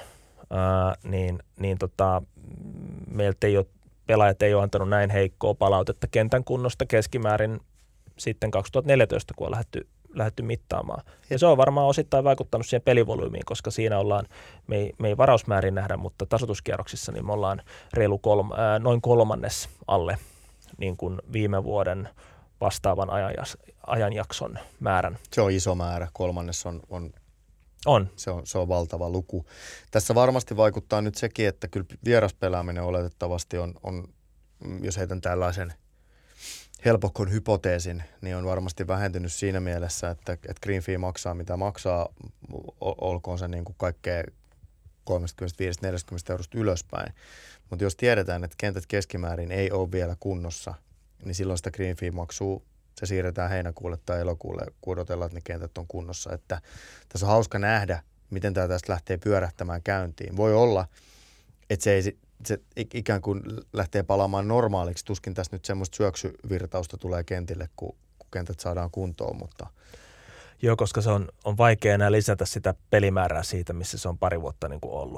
meiltä pelaajat ei ole antanut näin heikkoa palautetta kentän kunnosta keskimäärin sitten 2014, kun on lähdetty mittaamaan. Ja se on varmaan osittain vaikuttanut siihen pelivolyymiin, koska siinä ollaan, me ei varausmäärin nähdä, mutta tasoituskierroksissa niin me ollaan noin kolmannes alle niin kuin viime vuoden vastaavan ajanjakson määrän. Se on iso määrä, kolmannes on. Se on valtava luku. Tässä varmasti vaikuttaa nyt sekin, että kyllä vieraspelaaminen oletettavasti on jos heitän tällaisen helpokon hypoteesin, niin on varmasti vähentynyt siinä mielessä, että green fee maksaa mitä maksaa, olkoon se niin kuin kaikkea 35-40 eurosta ylöspäin. Mutta jos tiedetään, että kentät keskimäärin ei ole vielä kunnossa, niin silloin sitä green fee-maksua se siirretään heinäkuulle tai elokuulle, kun odotellaan, että ne kentät on kunnossa. Että tässä on hauska nähdä, miten tämä tästä lähtee pyörähtämään käyntiin. Voi olla, että se ikään kuin lähtee palaamaan normaaliksi. Tuskin tässä nyt semmoista syöksyvirtausta tulee kentille, kun kentät saadaan kuntoon. Mutta joo, koska se on vaikea enää lisätä sitä pelimäärää siitä, missä se on pari vuotta niin kuin ollut.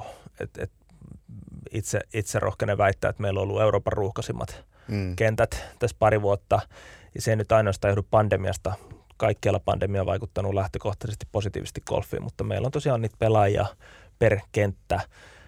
Itse rohkenen väittää, että meillä on ollut Euroopan ruuhkaisimmat kentät tässä pari vuotta. Ja se ei nyt ainoastaan johdu pandemiasta. Kaikkialla pandemia on vaikuttanut lähtökohtaisesti positiivisesti golfiin, mutta meillä on tosiaan niitä pelaajia per kenttä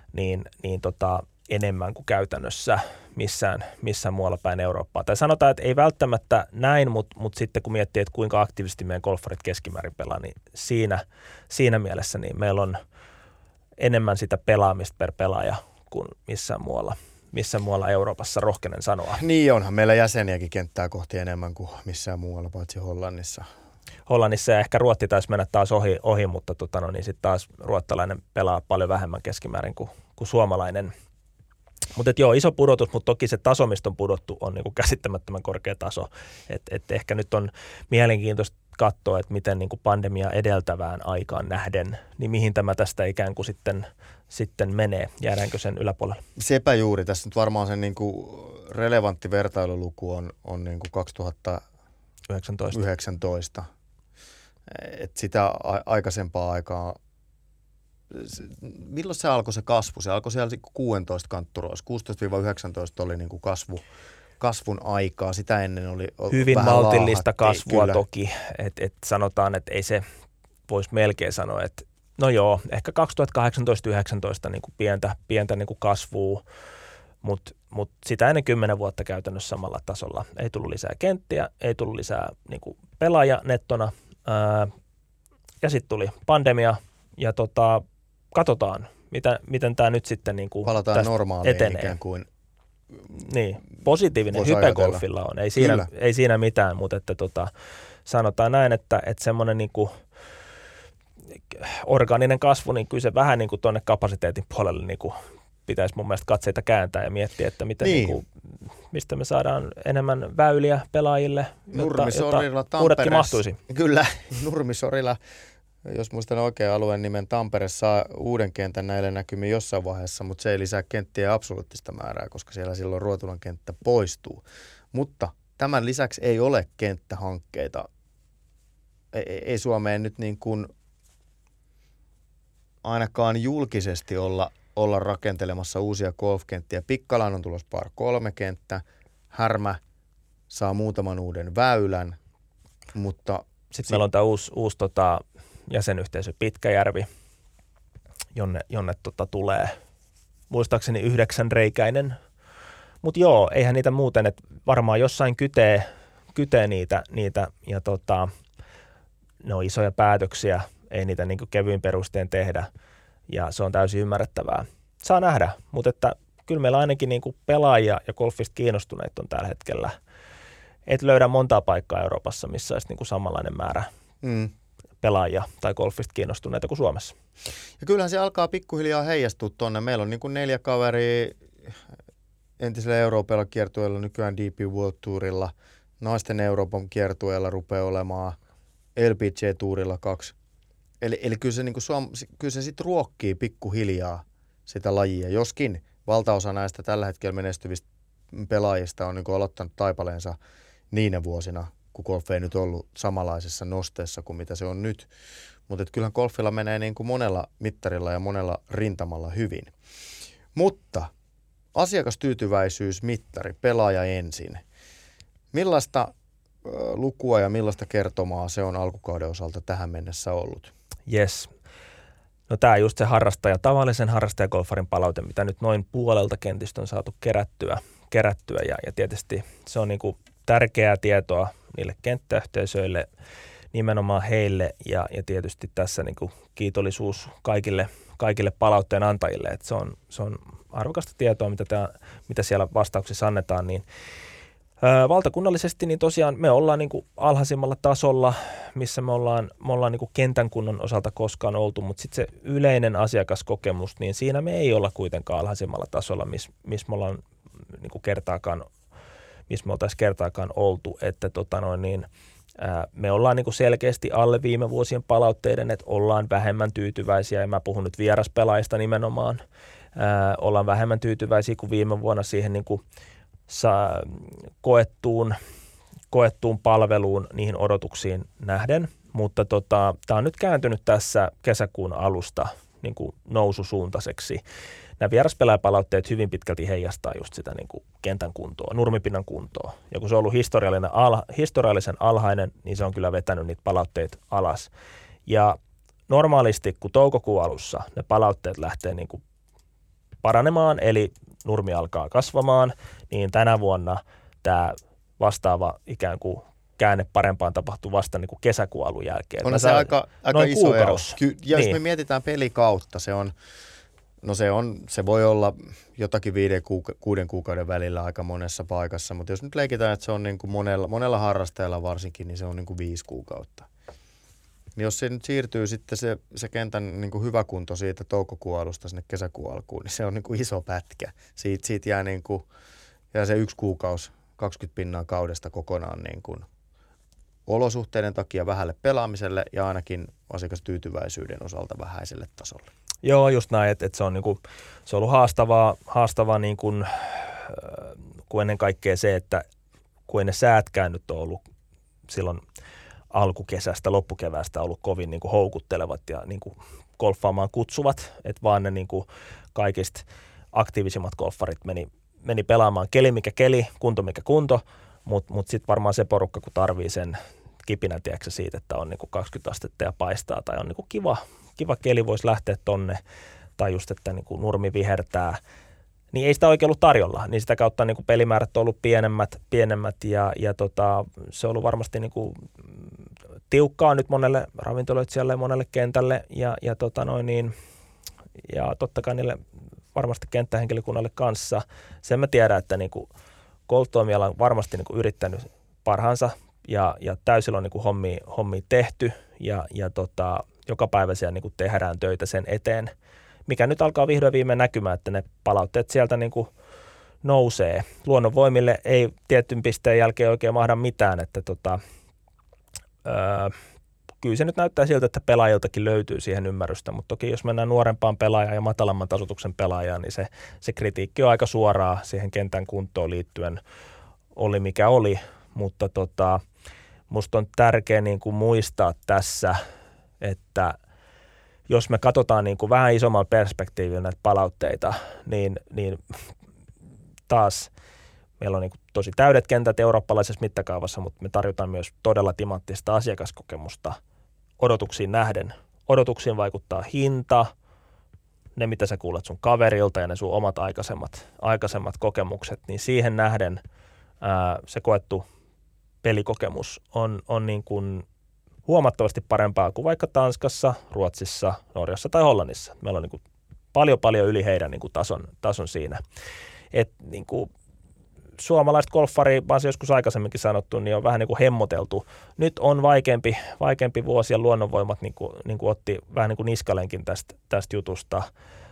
enemmän kuin käytännössä missään muualla päin Eurooppaa. Tai sanotaan, että ei välttämättä näin, mutta sitten kun miettii, että kuinka aktiivisesti meidän golfarit keskimäärin pelaa, niin siinä mielessä niin meillä on enemmän sitä pelaamista per pelaaja kuin missään muualla Euroopassa, rohkenen sanoa. Niin onhan meillä jäseniäkin kenttää kohti enemmän kuin missään muualla, paitsi Hollannissa ja ehkä Ruotti taisi mennä taas ohi mutta niin sitten taas ruottalainen pelaa paljon vähemmän keskimäärin kuin kuin suomalainen. Mutta joo, iso pudotus, mutta toki se taso, mistä on pudottu, on niinku käsittämättömän korkea taso. Et ehkä nyt on mielenkiintoista katsoa, että miten niinku pandemia edeltävään aikaan nähden, niin mihin tämä tästä ikään kuin sitten menee. Jäädäänkö sen yläpuolelle? Sepä juuri. Tässä nyt varmaan sen niinku relevantti vertailuluku on niinku 2019. Et sitä aikaisempaa aikaa. Milloin se alkoi se kasvu? Se alkoi siellä 16 kantturoissa. 16-19 oli niin kuin kasvun aikaa. Sitä ennen oli hyvin vähän maltillista kasvua kyllä. Toki. Et sanotaan, että ei se voisi melkein sanoa, että no joo, ehkä 2018-2019 niin kuin pientä niin kuin kasvua, mutta sitä ennen 10 vuotta käytännössä samalla tasolla. Ei tullut lisää kenttiä, ei tullut lisää niin kuin pelaaja nettona ja sitten tuli pandemia ja katsotaan, miten tämä nyt sitten niin kuin palataan normaaliin etenee. Ikään kuin. Niin, positiivinen hype golfilla on, ei siinä mitään, mutta että sanotaan näin, että semmoinen niin kuin orgaaninen kasvu, niin kyllä se vähän niin kuin tuonne kapasiteetin puolelle niin kuin pitäisi mun mielestä katseita kääntää ja miettiä, että miten niin kuin, mistä me saadaan enemmän väyliä pelaajille, jotta uudetkin mahtuisi. Kyllä, Nurmisorilla, jos muistan oikean alueen nimen, Tampere saa uuden kentän näille näkymiin jossain vaiheessa, mutta se ei lisää kenttiä absoluuttista määrää, koska siellä silloin Ruotulan kenttä poistuu. Mutta tämän lisäksi ei ole kenttähankkeita. Ei Suomeen nyt niin kuin ainakaan julkisesti olla rakentelemassa uusia golfkenttiä. Pikkalaan on tulossa par 3 kenttä, Härmä saa muutaman uuden väylän, mutta sitten meillä on tämä uusi jäsenyhteisö Pitkäjärvi, jonne tulee muistaakseni 9-reikäinen. Mutta joo, eihän niitä muuten, että varmaan jossain kytee niitä ja ne on isoja päätöksiä, ei niitä niinku kevyin perustein tehdä ja se on täysin ymmärrettävää. Saa nähdä, mutta että kyllä meillä ainakin niinku pelaajia ja golfista kiinnostuneita on tällä hetkellä. Et löydä montaa paikkaa Euroopassa, missä olisi niinku samanlainen määrä pelaajia tai golfista kiinnostuneita kuin Suomessa. Ja kyllähän se alkaa pikkuhiljaa heijastua tuonne. Meillä on niin kuin 4 kaveria entisellä Euroopalla kiertueella, nykyään DP World Tourilla. Naisten Euroopan kiertueella rupeaa olemaan LPG Tourilla 2. Eli kyllä se, niin kuin kyllä se sitten ruokkii pikkuhiljaa sitä lajia. Joskin valtaosa näistä tällä hetkellä menestyvistä pelaajista on niin kuin aloittanut taipaleensa niinä vuosina, kun golf ei nyt ollut samanlaisessa nosteessa kuin mitä se on nyt. Mutta kyllähän golfilla menee niin kuin monella mittarilla ja monella rintamalla hyvin. Mutta asiakastyytyväisyysmittari, pelaaja ensin. Millaista lukua ja millaista kertomaa se on alkukauden osalta tähän mennessä ollut? Yes. No tämä just se tavallisen harrastajakolfarin palaute, mitä nyt noin puolelta kentistä on saatu kerättyä ja tietysti se on niinku tärkeää tietoa niille kenttäyhteisöille, nimenomaan heille ja tietysti tässä niinku kiitollisuus kaikille palautteen antajille, että se on arvokasta tietoa, mitä siellä vastauksissa annetaan, niin valtakunnallisesti niin tosiaan me ollaan niin kuin alhaisimmalla tasolla, missä me ollaan niin kuin kentän kunnon osalta koskaan oltu, mutta sitten se yleinen asiakaskokemus, niin siinä me ei olla kuitenkaan alhaisimmalla tasolla, missä me ollaan niin kuin missä me oltaisiin kertaakaan oltu, että me ollaan niin kuin selkeästi alle viime vuosien palautteiden, että ollaan vähemmän tyytyväisiä, ja mä puhun nyt vieraspelaajista nimenomaan, ollaan vähemmän tyytyväisiä kuin viime vuonna siihen niin kuin koettuun palveluun niihin odotuksiin nähden, mutta tämä on nyt kääntynyt tässä kesäkuun alusta niin kuin noususuuntaiseksi. Nämä vieraspelaajapalautteet hyvin pitkälti heijastaa just sitä niin kuin kentän kuntoa, nurmipinnan kuntoa. Ja kun se on ollut historiallisen alhainen, niin se on kyllä vetänyt niitä palautteita alas. Ja normaalisti, kun toukokuun alussa ne palautteet lähtee niin kuin paranemaan, eli nurmi alkaa kasvamaan, niin tänä vuonna tämä vastaava ikään kuin käänne parempaan tapahtuu vasta niin kuin kesäkuun alun jälkeen. On se aika iso ero. Ja jos niin. me mietitään pelikautta, se voi olla jotakin 5-6 kuukauden välillä aika monessa paikassa, mutta jos nyt leikitään, että se on niin kuin monella harrastajalla varsinkin, niin se on niin kuin 5 kuukautta. niin jos se nyt siirtyy sitten se kentän niin kuin hyvä kunto siitä toukokuun alusta sinne kesäkuun alkuun, niin se on niin kuin iso pätkä. Siitä jää, niin kuin, jää se 1 kuukausi, 20% kaudesta kokonaan niin kuin olosuhteiden takia vähälle pelaamiselle ja ainakin asiakastyytyväisyyden osalta vähäiselle tasolle. Joo, just näin, että se on, niinku, se on ollut haastavaa niin kuin ennen kaikkea se, että kun ei ne säätkään nyt ole ollut silloin alkukesästä, loppukeväästä ollut kovin niin kuin houkuttelevat ja niin kuin golfaamaan kutsuvat, että vaan ne niin kuin kaikista aktiivisimmat golfarit meni pelaamaan keli mikä keli, kunto mikä kunto, mutta sitten varmaan se porukka, kun tarvii sen kipinän tiedätkö siitä, että on niin kuin 20 astetta ja paistaa tai on niin kuin kiva keli, voisi lähteä tonne tai just, että niin kuin nurmi vihertää, niin ei sitä oikein ollut tarjolla, niin sitä kautta niin kuin pelimäärät on ollut pienemmät ja se on ollut varmasti niin kuin tiukkaa nyt monelle ravintoloitsijalle ja monelle kentälle ja totta kai niille varmasti kenttähenkilökunnalle kanssa. Sen mä tiedän, että niin kuin golftoimijalla on varmasti niin kuin yrittänyt parhaansa ja täysillä on niin kuin hommia tehty ja joka päivä siellä niin kuin tehdään töitä sen eteen, mikä nyt alkaa vihdoin viimein näkymään, että ne palautteet sieltä niin kuin nousee. Luonnonvoimille ei tietyn pisteen jälkeen oikein mahda mitään, että kyllä se nyt näyttää siltä, että pelaajiltakin löytyy siihen ymmärrystä, mutta toki jos mennään nuorempaan pelaajaan ja matalamman tasoituksen pelaajaan, niin se kritiikki on aika suoraa siihen kentän kuntoon liittyen, oli mikä oli, mutta musta on tärkeää niin kuin muistaa tässä, että jos me katsotaan niin kuin vähän isommalla perspektiivillä näitä palautteita, niin taas meillä on niin kuin tosi täydet kentät eurooppalaisessa mittakaavassa, mutta me tarjotaan myös todella timanttista asiakaskokemusta odotuksiin nähden. Odotuksiin vaikuttaa hinta, ne mitä sä kuulet sun kaverilta ja ne sun omat aikaisemmat kokemukset, niin siihen nähden se koettu pelikokemus on niin kuin huomattavasti parempaa kuin vaikka Tanskassa, Ruotsissa, Norjassa tai Hollannissa. Meillä on niin kuin paljon yli heidän niin kuin tason siinä. Et niin kuin suomalaiset golfari, vaan se joskus aikaisemminkin sanottu, niin on vähän niin kuin hemmoteltu. Nyt on vaikeampi vuosi ja Luonnonvoimat niin kuin otti vähän niin kuin niskalenkin tästä jutusta.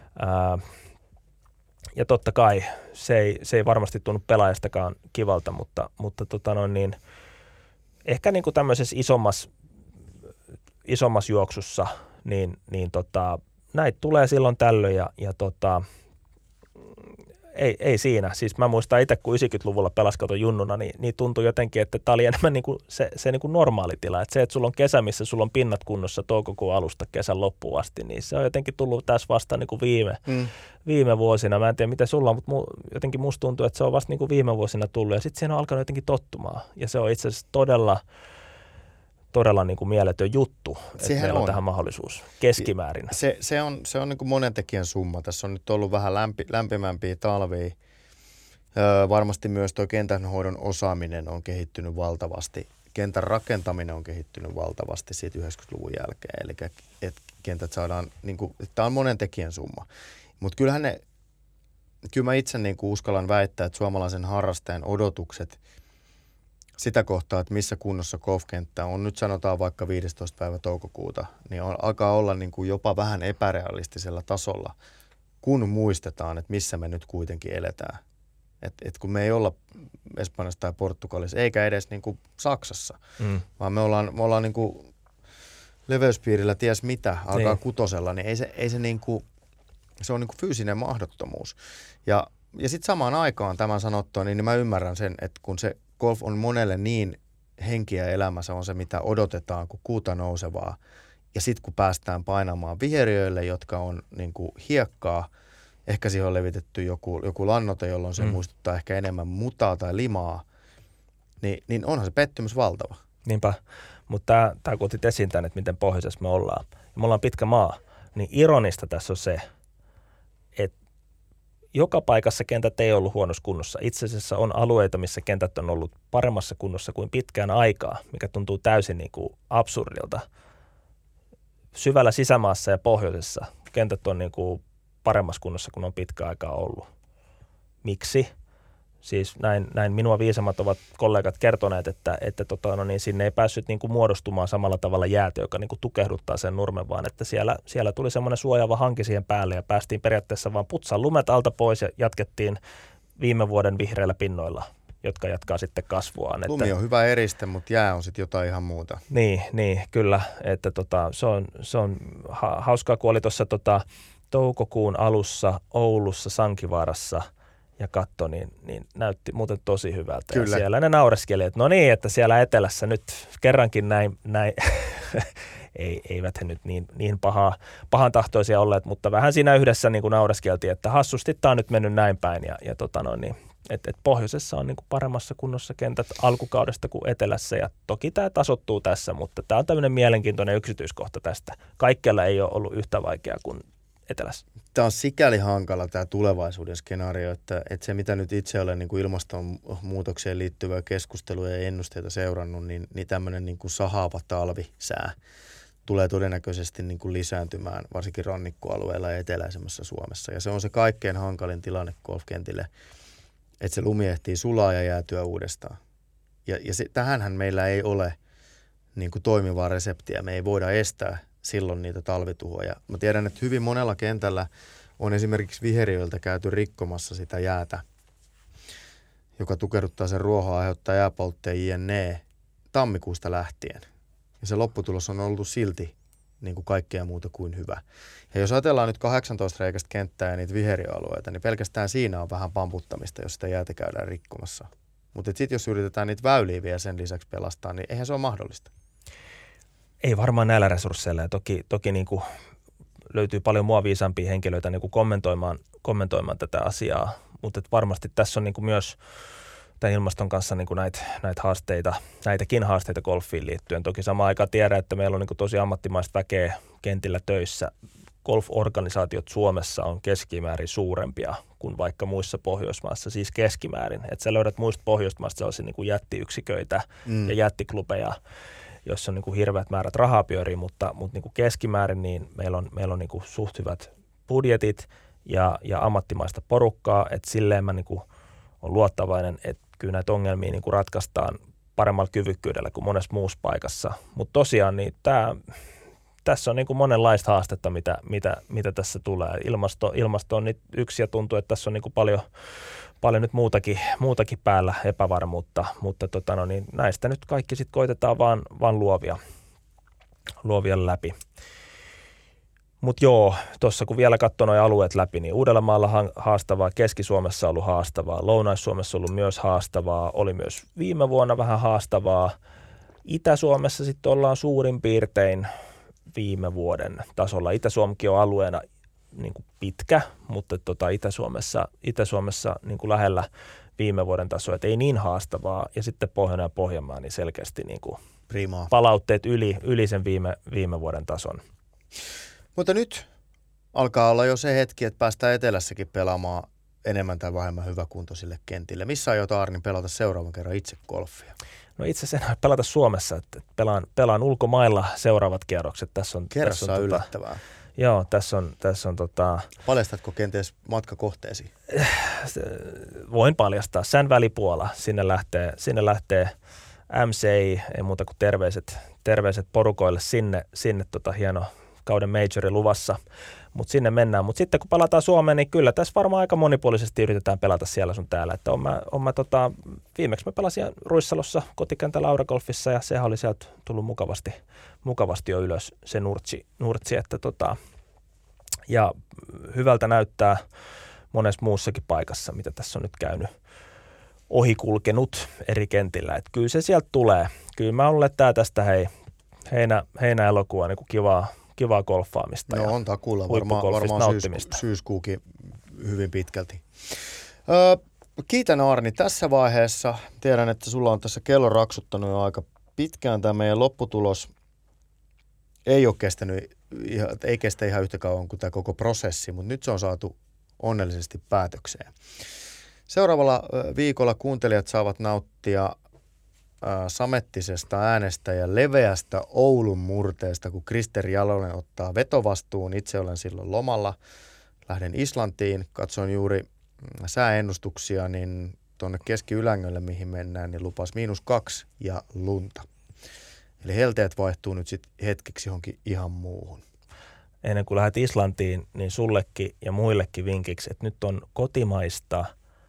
Ja totta kai se ei varmasti tunnu pelaajastakaan kivalta, mutta ehkä niin kuin tämmöisessä isommassa juoksussa, niin näitä tulee silloin tällöin ja ei siinä. Siis mä muistan itse, kun 90-luvulla pelaskaton junnuna, niin tuntui jotenkin, että tämä oli enemmän niin kuin se niin kuin normaali tila. Että se, että sulla on kesä, missä sulla on pinnat kunnossa toukokuun alusta kesän loppuun asti, niin se on jotenkin tullut tässä vasta niin kuin viime vuosina. Mä en tiedä, miten sulla on, mutta jotenkin musta tuntuu, että se on vasta niin kuin viime vuosina tullut ja sitten siihen on alkanut jotenkin tottumaan. Ja se on itse asiassa todella niin kuin mieletön juttu, että meillä on tähän mahdollisuus keskimäärin. Se on niin kuin monen tekijän summa. Tässä on nyt ollut vähän lämpimämpiä talvia. Varmasti myös tuo kentänhoidon osaaminen on kehittynyt valtavasti. Kentän rakentaminen on kehittynyt valtavasti siitä 90-luvun jälkeen. Eli että kentät saadaan, niin kuin, tämä on monen tekijän summa. Mutta kyllä mä itse niin kuin uskallan väittää, että suomalaisen harrastajan odotukset sitä kohtaa, että missä kunnossa golfkenttä on, nyt sanotaan vaikka 15. päivä toukokuuta, niin alkaa olla niin kuin jopa vähän epärealistisella tasolla, kun muistetaan, että missä me nyt kuitenkin eletään. Et kun me ei olla Espanjassa tai Portugalissa, eikä edes niin kuin Saksassa, vaan me ollaan niin kuin leveyspiirillä ties mitä, alkaa kutosella, niin ei se niin kuin, se on niin kuin fyysinen mahdottomuus. Ja sitten samaan aikaan tämän sanottua, niin mä ymmärrän sen, että kun se golf on monelle niin henki ja elämä, se on se mitä odotetaan kuin kuuta nousevaa. Ja sitten kun päästään painamaan viheriöille, jotka on niin kuin hiekkaa, ehkä siihen on levitetty joku lannoite, jolloin se muistuttaa ehkä enemmän mutaa tai limaa, niin onhan se pettymys valtava. Niinpä, mutta tämä kun otit esiin tämän, että miten pohjoisessa me ollaan, ja me ollaan pitkä maa, niin ironista tässä on se, että joka paikassa kentät ei ollut huonossa kunnossa. Itse asiassa on alueita, missä kentät on ollut paremmassa kunnossa kuin pitkään aikaa, mikä tuntuu täysin niin kuin absurdilta. Syvällä sisämaassa ja pohjoisessa kentät on niin kuin paremmassa kunnossa kuin on pitkään aikaa ollut. Miksi? Siis näin minua viisammat ovat kollegat kertoneet, että sinne ei päässyt niin kuin muodostumaan samalla tavalla jäätä, joka niin kuin tukehduttaa sen nurmen, vaan että siellä tuli semmoinen suojaava hanki siihen päälle ja päästiin periaatteessa vaan putsaan lumet alta pois ja jatkettiin viime vuoden vihreillä pinnoilla, jotka jatkaa sitten kasvuaan. Lumi on hyvä eriste, mutta jää on sitten jotain ihan muuta. Niin kyllä, että se on hauskaa, kun oli tuossa toukokuun alussa Oulussa Sankivaarassa ja katto, niin näytti muuten tosi hyvältä. Kyllä. Ja siellä ne naureskeli, että no niin, että siellä etelässä nyt kerrankin näin eivät he nyt niin pahan tahtoisia olleet, mutta vähän siinä yhdessä niin kuin naureskeltiin, että hassusti tämä on nyt mennyt näin päin että pohjoisessa on niin kuin paremmassa kunnossa kentät alkukaudesta kuin etelässä ja toki tämä tasoittuu tässä, mutta tämä on tämmöinen mielenkiintoinen yksityiskohta tästä. Kaikkialla ei ole ollut yhtä vaikeaa kuin etelässä. Tämä on sikäli hankala tämä tulevaisuuden skenaario, että se mitä nyt itse olen niin kuin ilmastonmuutokseen liittyvää keskustelua ja ennusteita seurannut, niin tämmöinen niin kuin sahaava talvisää tulee todennäköisesti niin kuin lisääntymään varsinkin rannikkoalueella ja eteläisemmässä Suomessa. Ja se on se kaikkein hankalin tilanne golfkentille, että se lumi ehtii sulaa ja jäätyä uudestaan. Ja tähänhän meillä ei ole niin kuin toimivaa reseptiä. Me ei voida estää silloin niitä talvituhoja. Mä tiedän, että hyvin monella kentällä on esimerkiksi viheriöiltä käyty rikkomassa sitä jäätä, joka tukehduttaa sen ruohoa, aiheuttaa jääpoltteen jne. tammikuusta lähtien. Ja se lopputulos on ollut silti niin kuin kaikkea muuta kuin hyvä. Ja jos ajatellaan nyt 18-reikäistä kenttää ja niitä viheriöalueita, niin pelkästään siinä on vähän pamputtamista, jos sitä jäätä käydään rikkomassa. Mutta sitten jos yritetään niitä väyliä vielä sen lisäksi pelastaa, niin eihän se ole mahdollista. Ei varmaan näillä resursseilla. Ja toki niin kuin löytyy paljon mua viisaampia henkilöitä niin kuin kommentoimaan tätä asiaa. Mutta varmasti tässä on niin kuin myös tämän ilmaston kanssa niin kuin näitä haasteita, näitäkin haasteita golfiin liittyen. Toki samaan aikaan tiedän, että meillä on niin kuin tosi ammattimaista väkeä kentillä töissä. Golf-organisaatiot Suomessa on keskimäärin suurempia kuin vaikka muissa Pohjoismaissa, siis keskimäärin. Että sä löydät muista Pohjoismaista sellaisia niin kuin jättiyksiköitä ja jättiklubeja, joissa on niin kuin hirveät määrät rahaa pyörii, mutta niin kuin keskimäärin niin meillä on niin kuin suht hyvät budjetit ja ammattimaista porukkaa, että silleen mä niin kuin on luottavainen, että kyllä näitä ongelmia niin kuin ratkaistaan paremmalla kyvykkyydellä kuin monessa muussa paikassa. Mutta tosiaan niin tässä on niin kuin monenlaista haastetta, mitä tässä tulee. Ilmasto on nyt yksi ja tuntuu, että tässä on niin kuin paljon nyt muutakin päällä epävarmuutta, mutta näistä nyt kaikki sitten koitetaan vaan luovia läpi. Mutta joo, tuossa kun vielä katsoo nuo alueet läpi, niin Uudellamaalla haastavaa, Keski-Suomessa on ollut haastavaa, Lounais-Suomessa on ollut myös haastavaa, oli myös viime vuonna vähän haastavaa. Itä-Suomessa sitten ollaan suurin piirtein viime vuoden tasolla. Itä-Suomikin on alueena niin kuin pitkä, mutta Itä-Suomessa niin kuin lähellä viime vuoden tasoa, että ei niin haastavaa. Ja sitten Pohjoinen ja Pohjanmaa, niin selkeästi niin kuin palautteet yli sen viime vuoden tason. Mutta nyt alkaa olla jo se hetki, että päästään etelässäkin pelaamaan enemmän tai vähemmän hyväkuntoisille kentille. Missä aiot Arni pelata seuraavan kerran itse golfia? No itse asiassa en pelata Suomessa, että pelaan ulkomailla seuraavat kierrokset. Kerrassaan on yllättävää. Joo, tässä on Paljastatko kenties matkakohteesi? Voin paljastaa. Sän välipuola. Sinne lähtee MCI, ei muuta kuin terveiset porukoille sinne hieno kauden majori luvassa, mutta sinne mennään. Mutta sitten kun palataan Suomeen, niin kyllä tässä varmaan aika monipuolisesti yritetään pelata siellä sun täällä. Että viimeksi mä pelasin Ruissalossa kotikentällä Auragolfissa ja sehän oli sieltä tullut mukavasti jo ylös se nurtsi ja hyvältä näyttää monessa muussakin paikassa, mitä tässä on nyt käynyt ohikulkenut eri kentillä. Että kyllä se sieltä tulee. Kyllä mä luulen, että tästä heinä-elokua niin kuin kivaa golfaamista. No on takuulla varmaan syyskuukin hyvin pitkälti. Kiitän Arni tässä vaiheessa. Tiedän, että sulla on tässä kello raksuttanut jo aika pitkään. Tämä meidän lopputulos ei kestä ihan yhtä kauan kuin tämä koko prosessi, mutta nyt se on saatu onnellisesti päätökseen. Seuraavalla viikolla kuuntelijat saavat nauttia samettisesta äänestä ja leveästä Oulun murteesta, kun Krister Jalonen ottaa vetovastuun. Itse olen silloin lomalla. Lähden Islantiin, katsoin juuri sääennustuksia, niin tuonne Keski-Ylängölle, mihin mennään, niin lupas -2 ja lunta. Eli helteet vaihtuu nyt sitten hetkeksi johonkin ihan muuhun. Ennen kuin lähdet Islantiin, niin sullekin ja muillekin vinkiksi, että nyt on kotimaista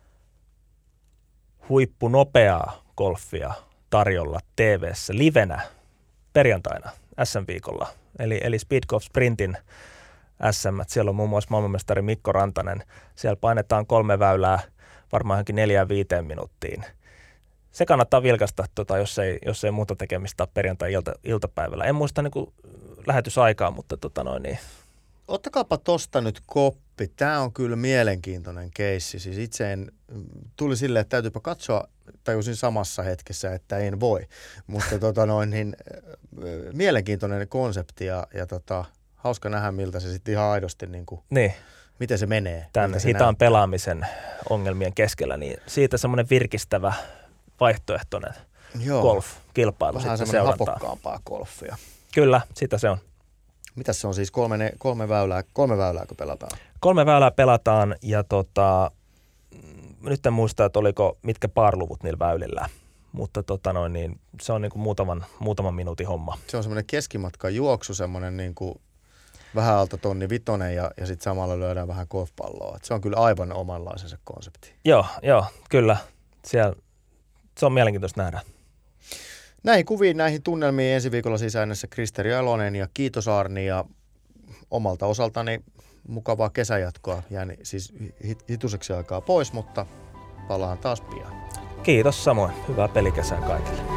huippunopeaa golfia tarjolla TV:ssä livenä perjantaina SM-viikolla. Eli Speed Golf Sprintin SM. Siellä on muun muassa maailmanmestari Mikko Rantanen. Siellä painetaan 3 väylää varmaan 4-5 minuuttiin. Se kannattaa vilkaista, jos ei muuta tekemistä ole perjantai-iltapäivällä. En muista niin kuin lähetysaikaa, mutta niin. Ottakaapa tosta nyt koppi. Tämä on kyllä mielenkiintoinen keissi. Siis itse tuli silleen, että täytyypä katsoa, tajusin samassa hetkessä, että en voi. Mutta mielenkiintoinen konsepti ja hauska nähdä, miltä se sitten ihan aidosti, niin. Miten se menee. Tämän hitaan pelaamisen ongelmien keskellä, niin siitä semmoinen virkistävä vaihtoehtoinen golf-kilpailu vähän sitten seurantaa. hapokkaampaa golfia. Kyllä, sitä se on. Mitäs se on siis? 3 väylää, kun pelataan? 3 väylää pelataan ja nyt en muista, että mitkä paarluvut niillä väylillä, mutta niin se on niin kuin muutaman minuutin homma. Se on semmoinen keskimatkan juoksu, semmoinen niin kuin vähän alta 1,5 tonnia ja sitten samalla lyödään vähän golfpalloa. Et se on kyllä aivan omanlaisensa konsepti. Joo, kyllä. Se on mielenkiintoista nähdä. Näihin kuviin, näihin tunnelmiin ensi viikolla siis äänessä Kristeri Jalonen ja kiitos Arni ja omalta osaltani mukavaa kesäjatkoa. Jään siis hituseksi aikaa pois, mutta palaan taas pian. Kiitos samoin. Hyvää pelikesää kaikille.